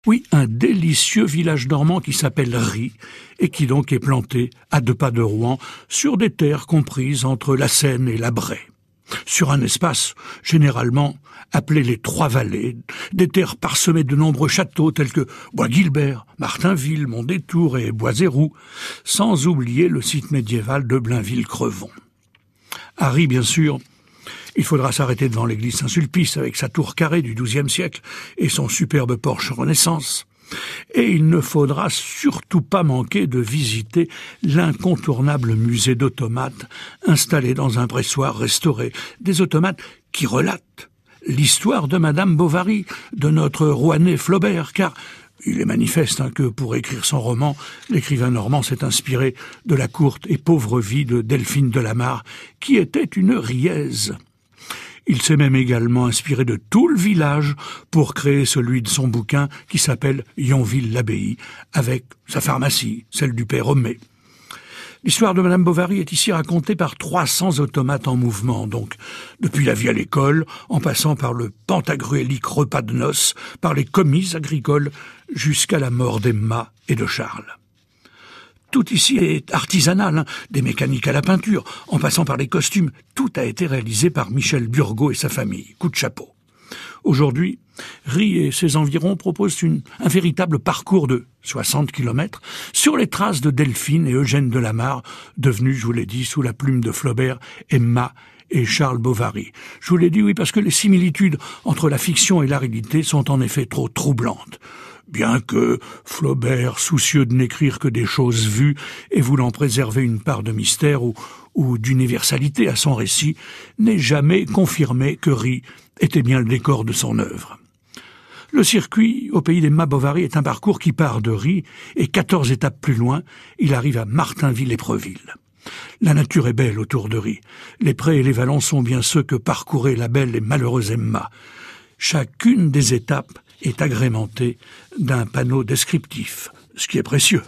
Oui, un délicieux village normand qui s'appelle Ry et qui donc est planté à 2 pas de Rouen sur des terres comprises entre la Seine et la Bray. Sur un espace généralement appelé les Trois-Vallées, des terres parsemées de nombreux châteaux tels que Bois-Guilbert, Martinville, Mondétour et Boiséroux, sans oublier le site médiéval de Blainville-Crevon. À Ry, bien sûr, il faudra s'arrêter devant l'église Saint-Sulpice avec sa tour carrée du XIIe siècle et son superbe porche Renaissance. Et il ne faudra surtout pas manquer de visiter l'incontournable musée d'automates installé dans un pressoir restauré. Des automates qui relatent l'histoire de Madame Bovary, de notre Rouennais Flaubert, car il est manifeste que pour écrire son roman, l'écrivain normand s'est inspiré de la courte et pauvre vie de Delphine de la Mare, qui était une riaise. Il s'est même également inspiré de tout le village pour créer celui de son bouquin qui s'appelle Yonville-l'Abbaye, avec sa pharmacie, celle du père Homais. L'histoire de Madame Bovary est ici racontée par 300 automates en mouvement, donc depuis la vie à l'école, en passant par le pantagruélique repas de noces, par les comices agricoles, jusqu'à la mort d'Emma et de Charles. Tout ici est artisanal, des mécaniques à la peinture, en passant par les costumes. Tout a été réalisé par Michel Burgot et sa famille. Coup de chapeau. Aujourd'hui, Ry et ses environs proposent un véritable parcours de 60 km sur les traces de Delphine et Eugène de la Mare, devenus, je vous l'ai dit, sous la plume de Flaubert, Emma et Charles Bovary. Je vous l'ai dit, oui, parce que les similitudes entre la fiction et la réalité sont en effet trop troublantes. Bien que Flaubert, soucieux de n'écrire que des choses vues et voulant préserver une part de mystère ou d'universalité à son récit, n'ait jamais confirmé que Ry était bien le décor de son œuvre. Le circuit au pays d'Emma Bovary est un parcours qui part de Ry et 14 étapes plus loin, il arrive à Martinville-Épreville. La nature est belle autour de Ry. Les prés et les vallons sont bien ceux que parcourait la belle et malheureuse Emma. Chacune des étapes est agrémentée d'un panneau descriptif, ce qui est précieux.